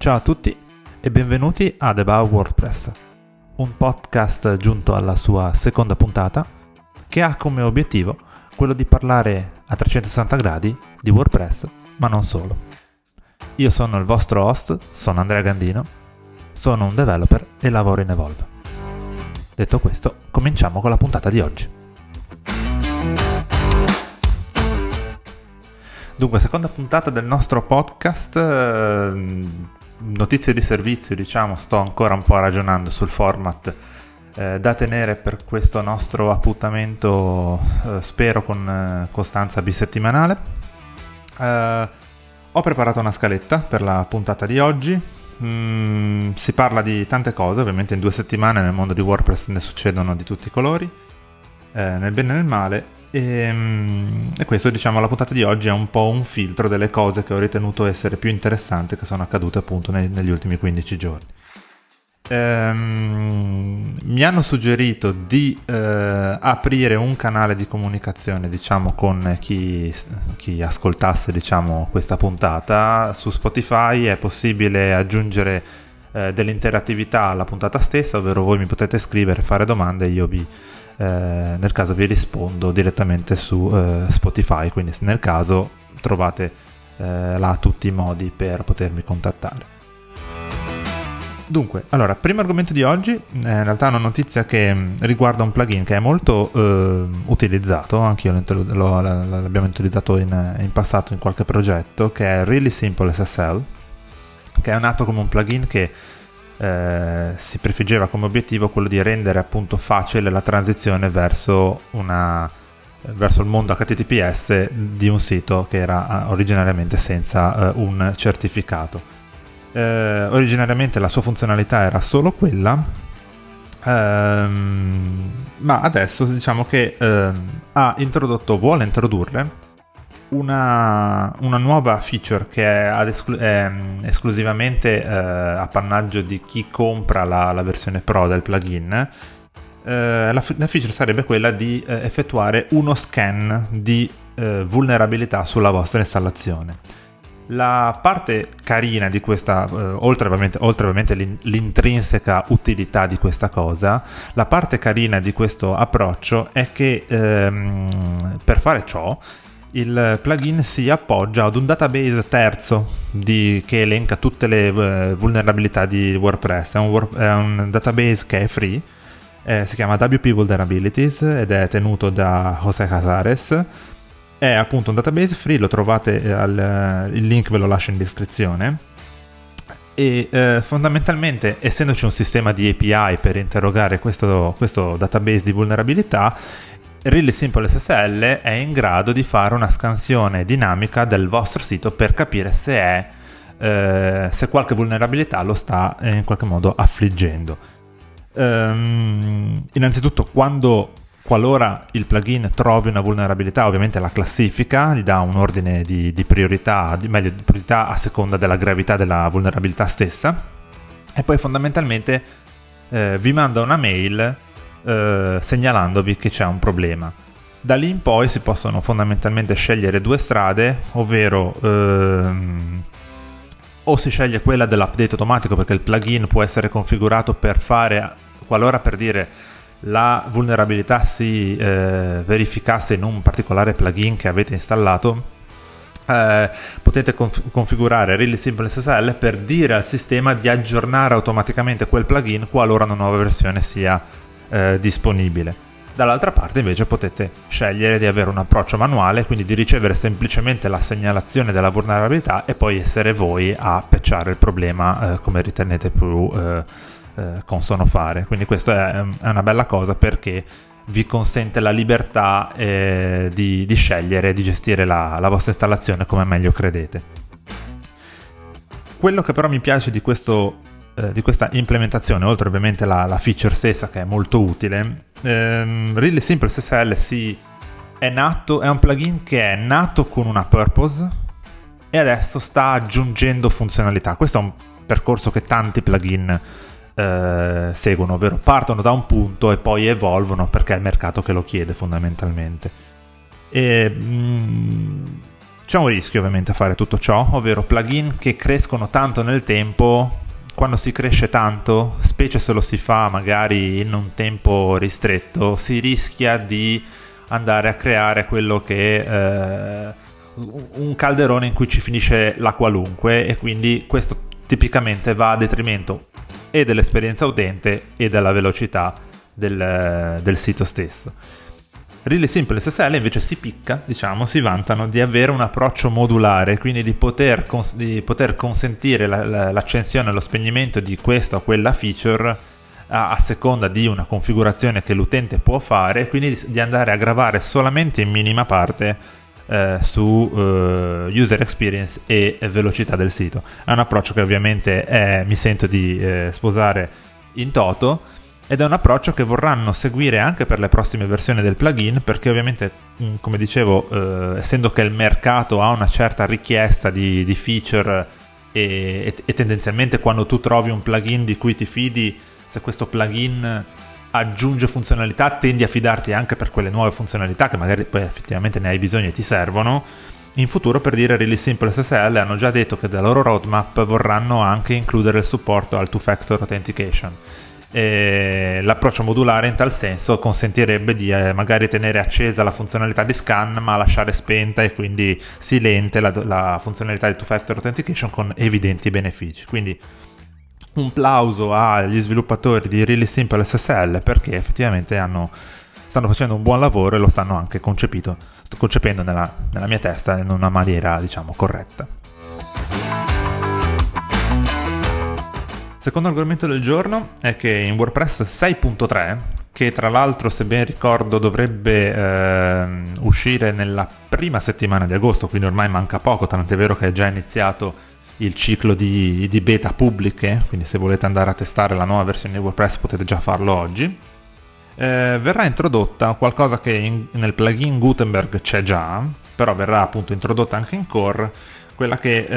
Ciao a tutti e benvenuti ad About WordPress, un podcast giunto alla sua seconda puntata che ha come obiettivo quello di parlare a 360 gradi di WordPress, ma non solo. Io sono il vostro host, sono Andrea Gandino, sono un developer e lavoro in Evolve. Detto questo, cominciamo con la puntata di oggi. Dunque, seconda puntata del nostro podcast, notizie di servizio, diciamo, sto ancora un po' ragionando sul format da tenere per questo nostro appuntamento, spero con costanza bisettimanale. Ho preparato una scaletta per la puntata di oggi, si parla di tante cose, ovviamente in 2 settimane nel mondo di WordPress ne succedono di tutti i colori, nel bene e nel male. E questo, diciamo, la puntata di oggi è un po' un filtro delle cose che ho ritenuto essere più interessanti che sono accadute appunto negli ultimi 15 giorni. Mi hanno suggerito di aprire un canale di comunicazione, diciamo, con chi ascoltasse, diciamo, questa puntata. Su Spotify è possibile aggiungere dell'interattività alla puntata stessa, ovvero voi mi potete scrivere, fare domande e io nel caso vi rispondo direttamente su Spotify, quindi nel caso trovate là tutti i modi per potermi contattare. Dunque, allora, primo argomento di oggi, in realtà è una notizia che riguarda un plugin che è molto utilizzato, anche io l'abbiamo utilizzato in passato in qualche progetto, che è Really Simple SSL, che è nato come un plugin che si prefiggeva come obiettivo quello di rendere appunto facile la transizione verso il mondo HTTPS di un sito che era originariamente senza un certificato. Originariamente la sua funzionalità era solo quella, ma adesso diciamo che vuole introdurre una nuova feature che è esclusivamente appannaggio di chi compra la versione Pro del plugin. La feature sarebbe quella di effettuare uno scan di vulnerabilità sulla vostra installazione. La parte carina di questa, oltre ovviamente l'intrinseca utilità di questa cosa, la parte carina di questo approccio è che per fare ciò il plugin si appoggia ad un database terzo che elenca tutte le vulnerabilità di WordPress. È un database che è free, si chiama WP Vulnerabilities ed è tenuto da José Casares. È appunto un database free, lo trovate, il link ve lo lascio in descrizione. E fondamentalmente, essendoci un sistema di API per interrogare questo database di vulnerabilità, Really Simple SSL è in grado di fare una scansione dinamica del vostro sito per capire se qualche vulnerabilità lo sta in qualche modo affliggendo. Innanzitutto, qualora il plugin trovi una vulnerabilità, ovviamente la classifica, gli dà un ordine di priorità, di priorità a seconda della gravità della vulnerabilità stessa, e poi fondamentalmente vi manda una mail segnalandovi che c'è un problema. Da lì in poi si possono fondamentalmente scegliere 2 strade, ovvero o si sceglie quella dell'update automatico, perché il plugin può essere configurato per fare, qualora per dire la vulnerabilità si verificasse in un particolare plugin che avete installato, potete configurare Really Simple SSL per dire al sistema di aggiornare automaticamente quel plugin qualora una nuova versione sia disponibile. Dall'altra parte invece potete scegliere di avere un approccio manuale, quindi di ricevere semplicemente la segnalazione della vulnerabilità e poi essere voi a patchare il problema come ritenete più consono fare. Quindi questo è una bella cosa, perché vi consente la libertà di scegliere, di gestire la vostra installazione come meglio credete. Quello che però mi piace di questa implementazione, oltre ovviamente la feature stessa che è molto utile, Really Simple SSL è un plugin che è nato con una purpose e adesso sta aggiungendo funzionalità. Questo è un percorso che tanti plugin seguono, ovvero partono da un punto e poi evolvono perché è il mercato che lo chiede fondamentalmente. C'è un rischio ovviamente a fare tutto ciò, ovvero plugin che crescono tanto nel tempo. Quando si cresce tanto, specie se lo si fa magari in un tempo ristretto, si rischia di andare a creare quello che un calderone in cui ci finisce la qualunque, e quindi questo tipicamente va a detrimento e dell'esperienza utente e della velocità del sito stesso. Really Simple SSL invece si picca, si vantano di avere un approccio modulare, quindi di poter consentire l'accensione e lo spegnimento di questa o quella feature a seconda di una configurazione che l'utente può fare, quindi di andare a gravare solamente in minima parte su user experience e velocità del sito. È un approccio che ovviamente mi sento di sposare in toto, ed è un approccio che vorranno seguire anche per le prossime versioni del plugin, perché ovviamente, come dicevo, essendo che il mercato ha una certa richiesta di feature e tendenzialmente quando tu trovi un plugin di cui ti fidi, se questo plugin aggiunge funzionalità tendi a fidarti anche per quelle nuove funzionalità che magari poi effettivamente ne hai bisogno e ti servono. In futuro, per dire, Really Simple SSL hanno già detto che dalla loro roadmap vorranno anche includere il supporto al two-factor authentication. L'approccio modulare in tal senso consentirebbe di magari tenere accesa la funzionalità di scan ma lasciare spenta e quindi silente la funzionalità di two-factor authentication, con evidenti benefici. Quindi un plauso agli sviluppatori di Really Simple SSL, perché effettivamente stanno facendo un buon lavoro e lo stanno anche concependo nella mia testa in una maniera corretta. Secondo argomento del giorno è che in WordPress 6.3, che tra l'altro, se ben ricordo, dovrebbe uscire nella prima settimana di agosto, quindi ormai manca poco, tant'è vero che è già inizito il ciclo di beta pubbliche, quindi se volete andare a testare la nuova versione di WordPress potete già farlo oggi. Verrà introdotta qualcosa che nel plugin Gutenberg c'è già, però verrà appunto introdotta anche in core, quella che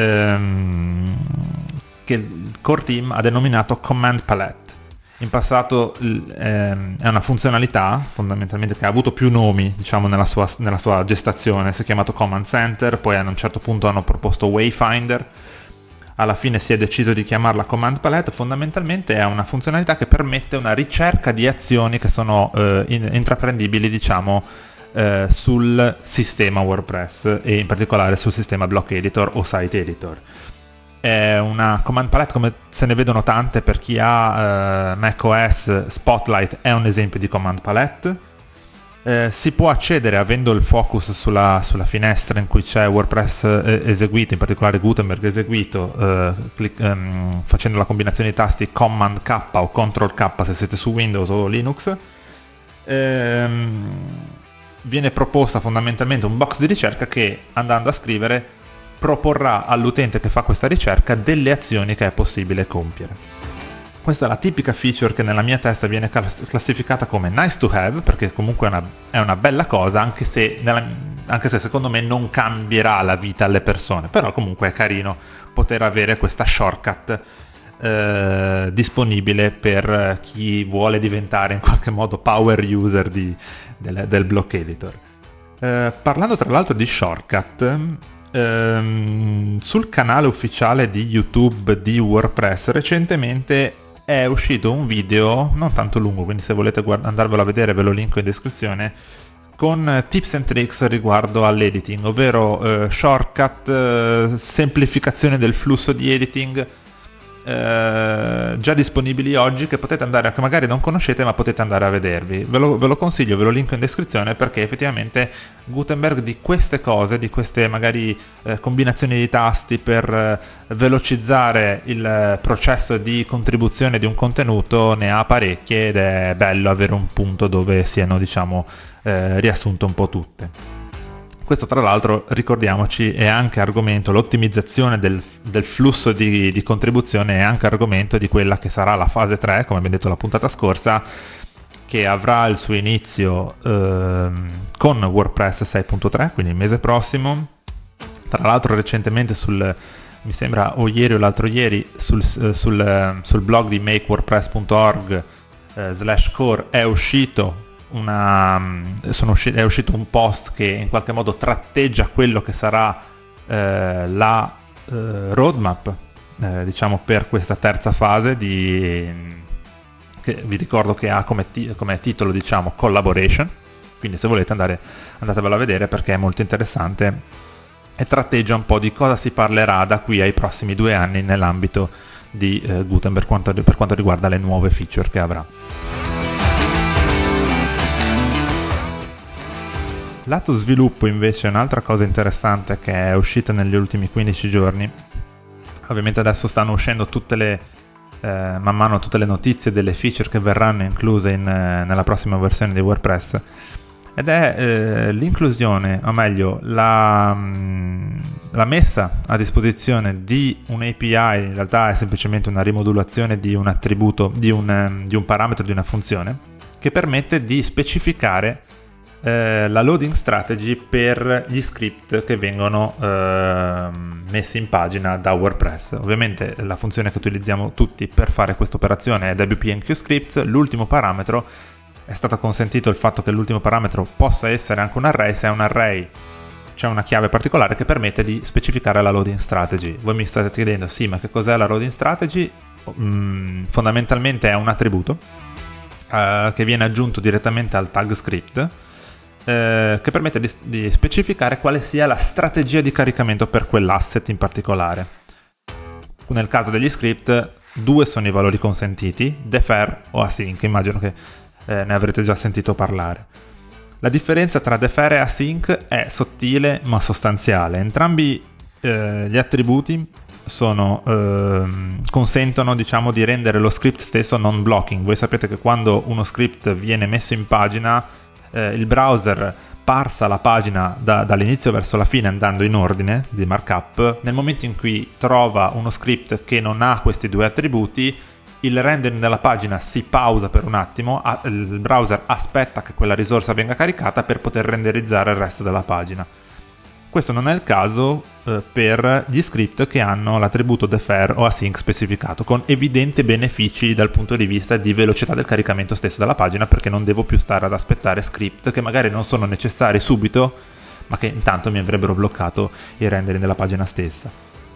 il core team ha denominato Command Palette. In passato è una funzionalità fondamentalmente che ha avuto più nomi nella sua gestazione. Si è chiamato Command Center, poi a un certo punto hanno proposto Wayfinder, alla fine si è deciso di chiamarla Command Palette. Fondamentalmente è una funzionalità che permette una ricerca di azioni che sono intraprendibili sul sistema WordPress, e in particolare sul sistema Block Editor o Site Editor. È una command palette come se ne vedono tante. Per chi ha macOS, Spotlight è un esempio di command palette. Si può accedere avendo il focus sulla finestra in cui c'è WordPress eseguito, in particolare Gutenberg eseguito, facendo la combinazione di tasti Command K o Ctrl K se siete su Windows o Linux. Viene proposta fondamentalmente un box di ricerca che, andando a scrivere, proporrà all'utente che fa questa ricerca delle azioni che è possibile compiere. Questa è la tipica feature che nella mia testa viene classificata come nice to have, perché comunque è una bella cosa, anche se secondo me non cambierà la vita alle persone, però comunque è carino poter avere questa shortcut disponibile per chi vuole diventare in qualche modo power user del Block Editor. Parlando tra l'altro di shortcut, sul canale ufficiale di YouTube di WordPress recentemente è uscito un video non tanto lungo, quindi se volete andarvelo a vedere ve lo linko in descrizione, con tips and tricks riguardo all'editing, ovvero shortcut, semplificazione del flusso di editing, già disponibili oggi, che potete andare, che magari non conoscete ma potete andare a vedervi. Ve lo consiglio, ve lo linko in descrizione, perché effettivamente Gutenberg di queste cose, di queste magari combinazioni di tasti per velocizzare il processo di contribuzione di un contenuto, ne ha parecchie, ed è bello avere un punto dove siano riassunte un po' tutte. Questo tra l'altro, ricordiamoci, è anche argomento, l'ottimizzazione del flusso di contribuzione è anche argomento di quella che sarà la fase 3, come abbiamo detto la puntata scorsa, che avrà il suo inizio con WordPress 6.3, quindi il mese prossimo. Tra l'altro recentemente mi sembra o ieri o l'altro ieri, sul blog di makewordpress.org/core è uscito è uscito un post che in qualche modo tratteggia quello che sarà la roadmap diciamo per questa terza fase che vi ricordo che ha come titolo diciamo Collaboration, quindi se volete andatevelo a vedere perché è molto interessante e tratteggia un po' di cosa si parlerà da qui ai prossimi 2 anni nell'ambito di Gutenberg per quanto riguarda le nuove feature che avrà. Lato sviluppo invece un'altra cosa interessante che è uscita negli ultimi 15 giorni, ovviamente adesso stanno uscendo man mano tutte le notizie delle feature che verranno incluse nella prossima versione di WordPress, ed è l'inclusione, o meglio la messa a disposizione di un API. In realtà è semplicemente una rimodulazione di un attributo, di un parametro di una funzione, che permette di specificare la loading strategy per gli script che vengono messi in pagina da WordPress. Ovviamente la funzione che utilizziamo tutti per fare questa operazione è WP-Enqueue Scripts. L'ultimo parametro è stato consentito il fatto che l'ultimo parametro possa essere anche un array. Se è un array c'è una chiave particolare che permette di specificare la loading strategy. Voi mi state chiedendo, sì, ma che cos'è la loading strategy? Fondamentalmente è un attributo che viene aggiunto direttamente al tag script, che permette di specificare quale sia la strategia di caricamento per quell'asset in particolare. Nel caso degli script, 2 sono i valori consentiti, defer o async. Immagino che ne avrete già sentito parlare. La differenza tra defer e async è sottile ma sostanziale. Entrambi gli attributi consentono, diciamo, di rendere lo script stesso non blocking. Voi sapete che quando uno script viene messo in pagina, il browser parsa la pagina dall'inizio verso la fine andando in ordine di markup. Nel momento in cui trova uno script che non ha questi 2 attributi, il rendering della pagina si pausa per un attimo, il browser aspetta che quella risorsa venga caricata per poter renderizzare il resto della pagina. Questo non è il caso per gli script che hanno l'attributo defer o async specificato, con evidenti benefici dal punto di vista di velocità del caricamento stesso della pagina, perché non devo più stare ad aspettare script che magari non sono necessari subito, ma che intanto mi avrebbero bloccato il rendering della pagina stessa.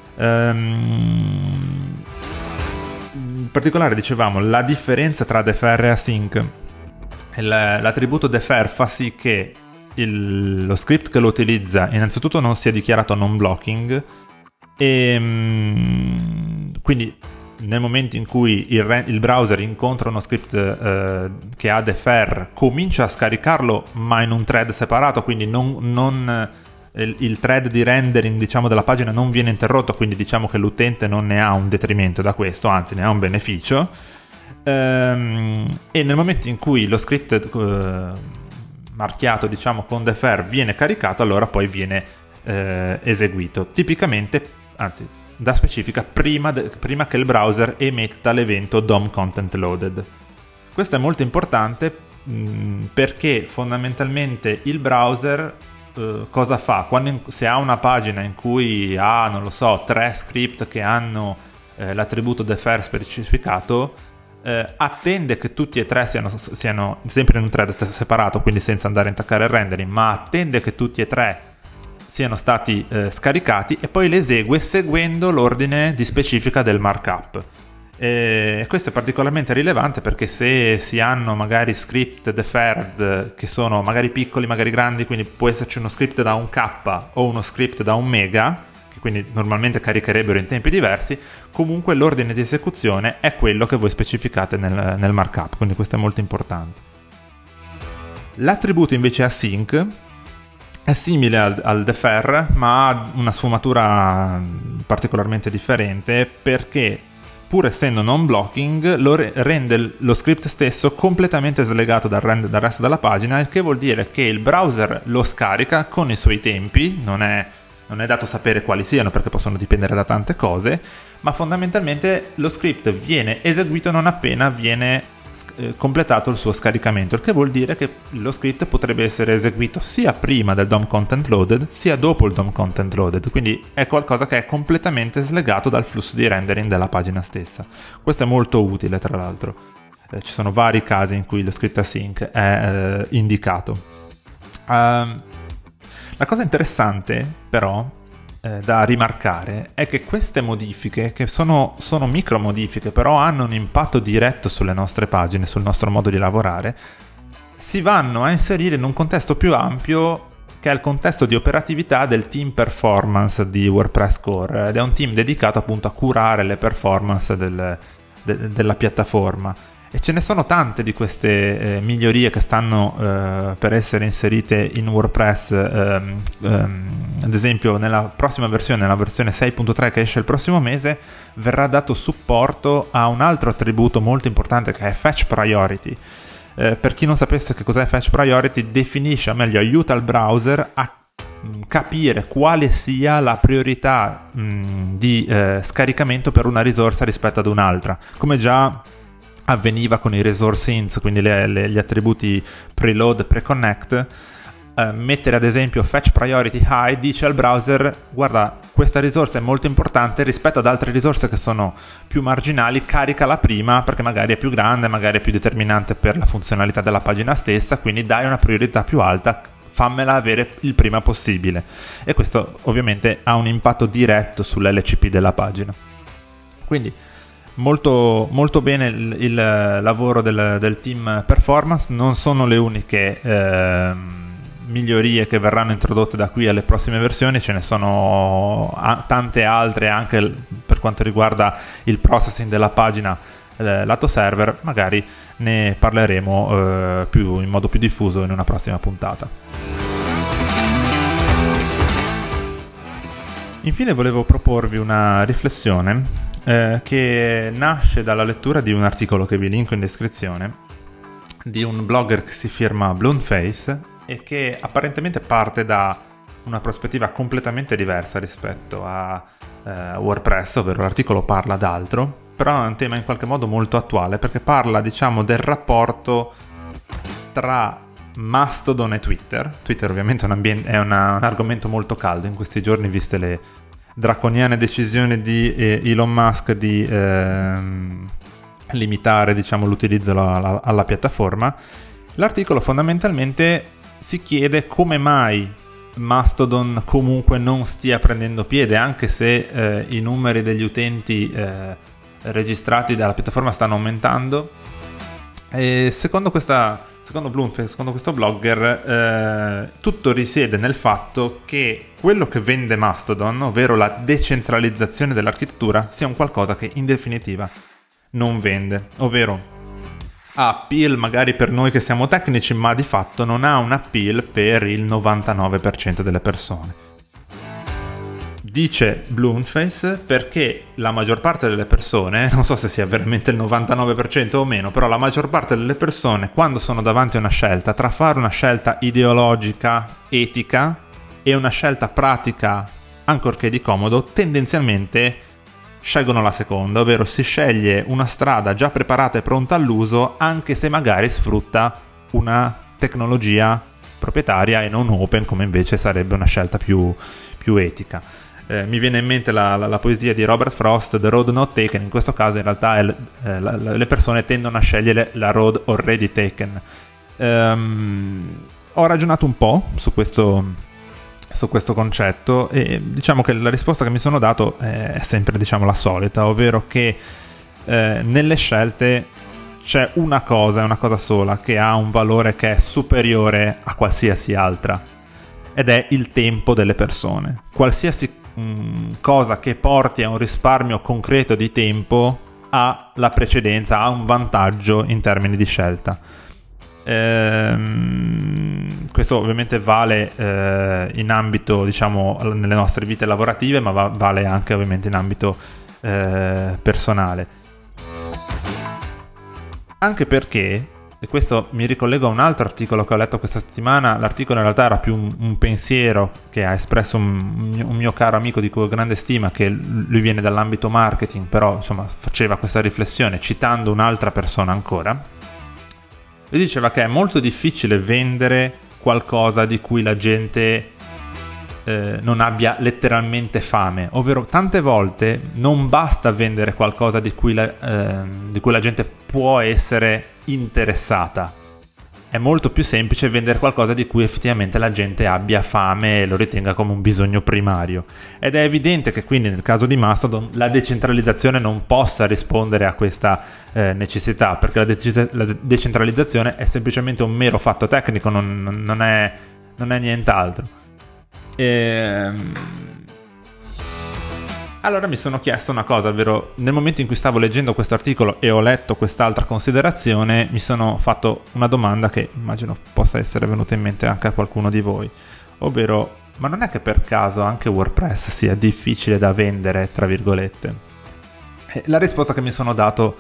In particolare, dicevamo, la differenza tra defer e async. L'attributo defer fa sì che lo script che lo utilizza innanzitutto non sia dichiarato non blocking, e quindi nel momento in cui il browser incontra uno script che ha defer, comincia a scaricarlo ma in un thread separato, quindi il thread di rendering, diciamo, della pagina non viene interrotto, quindi diciamo che l'utente non ne ha un detrimento da questo, anzi ne ha un beneficio. E nel momento in cui lo script marchiato, diciamo, con defer viene caricato, allora poi viene eseguito, tipicamente, anzi da specifica, prima che il browser emetta l'evento DOM content loaded. Questo è molto importante perché fondamentalmente il browser cosa fa? Se ha una pagina in cui ha, non lo so, 3 script che hanno l'attributo defer specificato, attende che tutti e 3 siano sempre in un thread separato, quindi senza andare a intaccare il rendering, ma attende che tutti e 3 siano stati scaricati e poi le esegue seguendo l'ordine di specifica del markup. Questo è particolarmente rilevante perché se si hanno magari script deferred che sono magari piccoli, magari grandi, quindi può esserci uno script da 1K o uno script da 1 mega, che quindi normalmente caricherebbero in tempi diversi, comunque l'ordine di esecuzione è quello che voi specificate nel markup, quindi questo è molto importante. L'attributo invece async è simile al defer, ma ha una sfumatura particolarmente differente perché, pur essendo non blocking, rende lo script stesso completamente slegato dal resto della pagina, il che vuol dire che il browser lo scarica con i suoi tempi. Non è dato sapere quali siano perché possono dipendere da tante cose, ma fondamentalmente lo script viene eseguito non appena viene completato il suo scaricamento, il che vuol dire che lo script potrebbe essere eseguito sia prima del DOM content loaded sia dopo il DOM content loaded, quindi è qualcosa che è completamente slegato dal flusso di rendering della pagina stessa. Questo è molto utile, tra l'altro. Ci sono vari casi in cui lo script async è indicato. La cosa interessante però da rimarcare è che queste modifiche, che sono micro modifiche, però hanno un impatto diretto sulle nostre pagine, sul nostro modo di lavorare, si vanno a inserire in un contesto più ampio, che è il contesto di operatività del team performance di WordPress Core, ed è un team dedicato appunto a curare le performance della piattaforma. E ce ne sono tante di queste migliorie che stanno per essere inserite in WordPress. Ad esempio nella prossima versione, nella versione 6.3 che esce il prossimo mese, verrà dato supporto a un altro attributo molto importante che è Fetch Priority. Per chi non sapesse che cos'è Fetch Priority, definisce, o meglio aiuta il browser a capire quale sia la priorità di scaricamento per una risorsa rispetto ad un'altra, come già avveniva con i resource hints, quindi gli attributi preload, preconnect. Mettere ad esempio fetch priority high dice al browser: guarda, questa risorsa è molto importante rispetto ad altre risorse che sono più marginali, caricala prima perché magari è più grande, magari è più determinante per la funzionalità della pagina stessa, quindi dai una priorità più alta, fammela avere il prima possibile. E questo ovviamente ha un impatto diretto sull'LCP della pagina. Quindi molto, molto bene il lavoro del team performance. Non sono le uniche migliorie che verranno introdotte da qui alle prossime versioni, ce ne sono tante altre anche per quanto riguarda il processing della pagina lato server. Magari ne parleremo in modo più diffuso in una prossima puntata. Infine volevo proporvi una riflessione che nasce dalla lettura di un articolo che vi linko in descrizione, di un blogger che si firma Bloomface e che apparentemente parte da una prospettiva completamente diversa rispetto a WordPress, ovvero l'articolo parla d'altro, però è un tema in qualche modo molto attuale, perché parla, diciamo, del rapporto tra Mastodon e Twitter. Twitter ovviamente è un argomento molto caldo in questi giorni, viste le draconiane decisioni di Elon Musk di limitare, diciamo, l'utilizzo alla piattaforma. L'articolo fondamentalmente si chiede come mai Mastodon comunque non stia prendendo piede, anche se i numeri degli utenti registrati dalla piattaforma stanno aumentando. E secondo Bloomface, secondo questo blogger, tutto risiede nel fatto che quello che vende Mastodon, ovvero la decentralizzazione dell'architettura, sia un qualcosa che in definitiva non vende, ovvero ha appeal magari per noi che siamo tecnici, ma di fatto non ha un appeal per il 99% delle persone. Dice Bloomface perché la maggior parte delle persone, non so se sia veramente il 99% o meno, però la maggior parte delle persone, quando sono davanti a una scelta, tra fare una scelta ideologica, etica, e una scelta pratica, ancorché di comodo, tendenzialmente scelgono la seconda, ovvero si sceglie una strada già preparata e pronta all'uso, anche se magari sfrutta una tecnologia proprietaria e non open, come invece sarebbe una scelta più etica. Mi viene in mente la poesia di Robert Frost, The Road Not Taken. In questo caso in realtà le persone tendono a scegliere la road already taken. Ho ragionato un po' su questo concetto e diciamo che la risposta che mi sono dato è sempre, diciamo, la solita, ovvero che nelle scelte c'è una cosa sola che ha un valore che è superiore a qualsiasi altra, ed è il tempo delle persone. Qualsiasi cosa che porti a un risparmio concreto di tempo ha la precedenza, ha un vantaggio in termini di scelta. Questo ovviamente vale in ambito, diciamo, nelle nostre vite lavorative, ma vale anche ovviamente in ambito personale, anche perché, e questo mi ricollego a un altro articolo che ho letto questa settimana. L'articolo in realtà era più un pensiero che ha espresso un mio caro amico di cui ho grande stima, che lui viene dall'ambito marketing, però insomma faceva questa riflessione citando un'altra persona ancora. E diceva che è molto difficile vendere qualcosa di cui la gente non abbia letteralmente fame, ovvero tante volte non basta vendere qualcosa di cui la gente può essere interessata. è molto più semplice vendere qualcosa di cui effettivamente la gente abbia fame e lo ritenga come un bisogno primario. Ed è evidente che quindi nel caso di Mastodon la decentralizzazione non possa rispondere a questa necessità, perché la decentralizzazione è semplicemente un mero fatto tecnico, non è nient'altro. Allora mi sono chiesto una cosa, ovvero nel momento in cui stavo leggendo questo articolo e ho letto quest'altra considerazione, mi sono fatto una domanda che immagino possa essere venuta in mente anche a qualcuno di voi, ovvero, ma non è che per caso anche WordPress sia difficile da vendere, tra virgolette? E la risposta che mi sono dato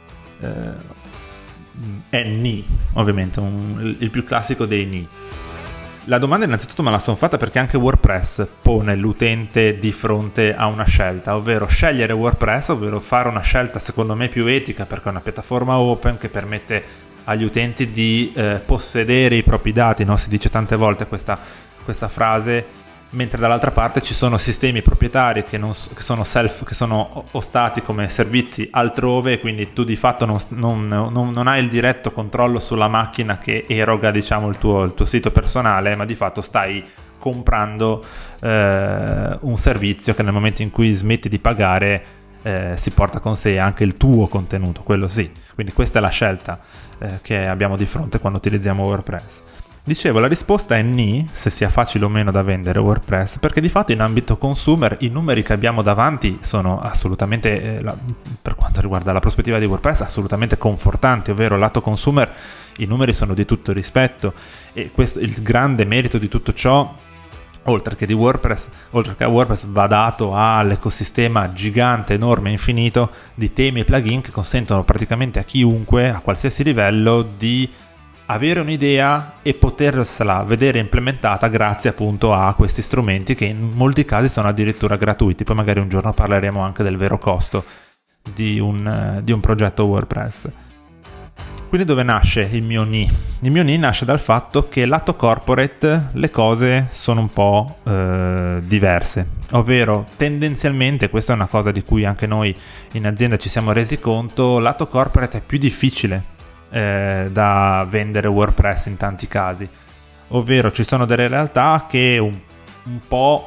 è ni, ovviamente, il più classico dei ni. La domanda innanzitutto me la sono fatta perché anche WordPress pone l'utente di fronte a una scelta, ovvero scegliere WordPress, ovvero fare una scelta secondo me più etica perché è una piattaforma open che permette agli utenti di possedere i propri dati, no? Si dice tante volte questa frase, mentre dall'altra parte ci sono sistemi proprietari che sono ostati come servizi altrove, quindi tu di fatto non hai il diretto controllo sulla macchina che eroga, diciamo, il tuo sito personale, ma di fatto stai comprando un servizio che nel momento in cui smetti di pagare si porta con sé anche il tuo contenuto, quello sì. Quindi questa è la scelta che abbiamo di fronte quando utilizziamo WordPress. Dicevo, la risposta è ni, se sia facile o meno da vendere WordPress, perché di fatto in ambito consumer i numeri che abbiamo davanti sono assolutamente, per quanto riguarda la prospettiva di WordPress, assolutamente confortanti, ovvero lato consumer i numeri sono di tutto rispetto, e questo il grande merito di tutto ciò, oltre che a WordPress, va dato all'ecosistema gigante, enorme, infinito di temi e plugin che consentono praticamente a chiunque, a qualsiasi livello, di avere un'idea e potersela vedere implementata grazie appunto a questi strumenti che in molti casi sono addirittura gratuiti. Poi magari un giorno parleremo anche del vero costo di un progetto WordPress. Quindi dove nasce il mio ni? Il mio ni nasce dal fatto che lato corporate le cose sono un po' diverse, ovvero tendenzialmente, questa è una cosa di cui anche noi in azienda ci siamo resi conto, lato corporate è più difficile da vendere WordPress in tanti casi, ovvero ci sono delle realtà che un po'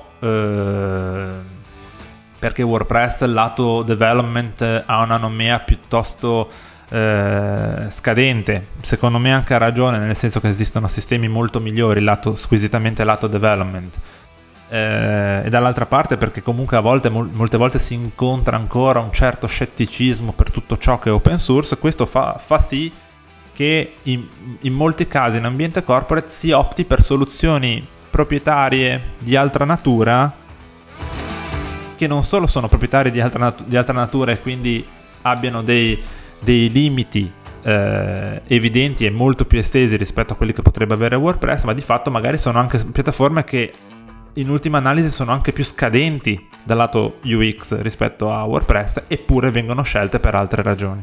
perché WordPress lato development ha una nomea piuttosto scadente, secondo me anche ha ragione, nel senso che esistono sistemi molto migliori squisitamente lato development, e dall'altra parte perché comunque a volte, molte volte si incontra ancora un certo scetticismo per tutto ciò che è open source. Questo fa sì che in molti casi in ambiente corporate si opti per soluzioni proprietarie di altra natura, che non solo sono proprietarie di altra natura e quindi abbiano dei limiti evidenti e molto più estesi rispetto a quelli che potrebbe avere WordPress, ma di fatto magari sono anche piattaforme che in ultima analisi sono anche più scadenti dal lato UX rispetto a WordPress, eppure vengono scelte per altre ragioni.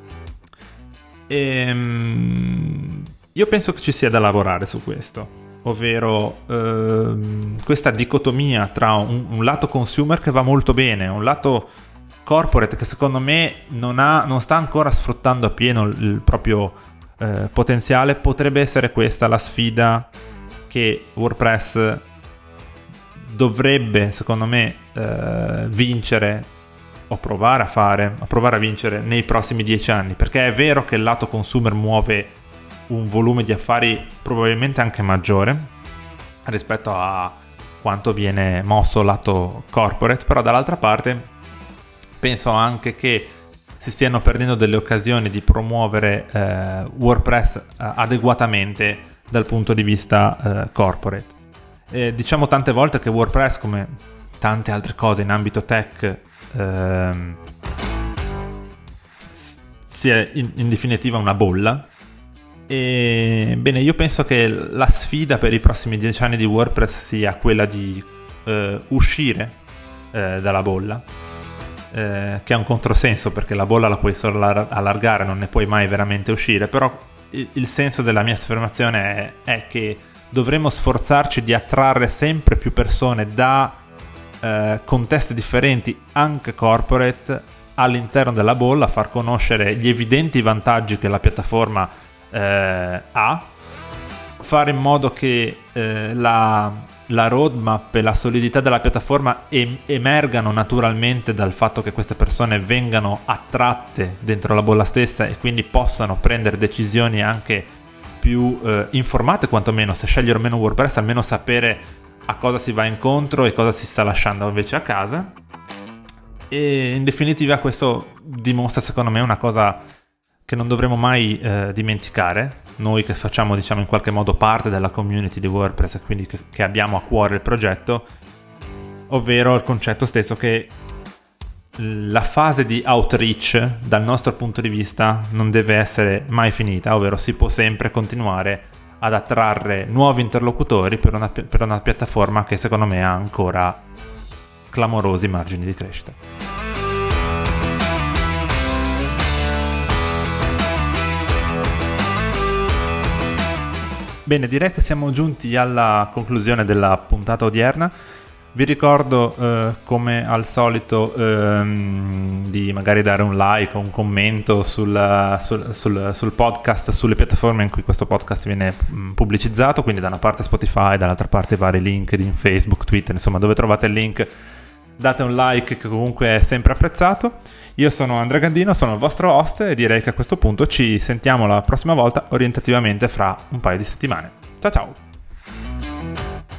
Io penso che ci sia da lavorare su questo, ovvero questa dicotomia tra un lato consumer che va molto bene, un lato corporate che secondo me non sta ancora sfruttando appieno il proprio potenziale. Potrebbe essere questa la sfida che WordPress dovrebbe, secondo me, vincere o provare a vincere nei prossimi 10 anni, perché è vero che il lato consumer muove un volume di affari probabilmente anche maggiore rispetto a quanto viene mosso lato corporate, però dall'altra parte penso anche che si stiano perdendo delle occasioni di promuovere WordPress adeguatamente dal punto di vista corporate. Diciamo tante volte che WordPress, come tante altre cose in ambito tech, sia in definitiva una bolla. E bene, io penso che la sfida per i prossimi 10 anni di WordPress sia quella di uscire dalla bolla, che è un controsenso perché la bolla la puoi solo allargare, non ne puoi mai veramente uscire. Però il senso della mia affermazione è che dovremo sforzarci di attrarre sempre più persone da contesti differenti, anche corporate, all'interno della bolla, far conoscere gli evidenti vantaggi che la piattaforma ha, fare in modo che la roadmap e la solidità della piattaforma emergano naturalmente dal fatto che queste persone vengano attratte dentro la bolla stessa e quindi possano prendere decisioni anche più informate, quantomeno se scegliere o meno WordPress, almeno sapere a cosa si va incontro e cosa si sta lasciando invece a casa. E in definitiva questo dimostra secondo me una cosa che non dovremo mai dimenticare, noi che facciamo diciamo in qualche modo parte della community di WordPress e quindi che abbiamo a cuore il progetto, ovvero il concetto stesso che la fase di outreach dal nostro punto di vista non deve essere mai finita, ovvero si può sempre continuare ad attrarre nuovi interlocutori per una piattaforma che secondo me ha ancora clamorosi margini di crescita. Bene, direi che siamo giunti alla conclusione della puntata odierna. Vi ricordo, come al solito, di magari dare un like o un commento sul podcast, sulle piattaforme in cui questo podcast viene pubblicizzato, quindi da una parte Spotify, dall'altra parte vari LinkedIn, Facebook, Twitter, insomma dove trovate il link date un like che comunque è sempre apprezzato. Io sono Andrea Gandino, sono il vostro host e direi che a questo punto ci sentiamo la prossima volta orientativamente fra un paio di settimane. Ciao ciao!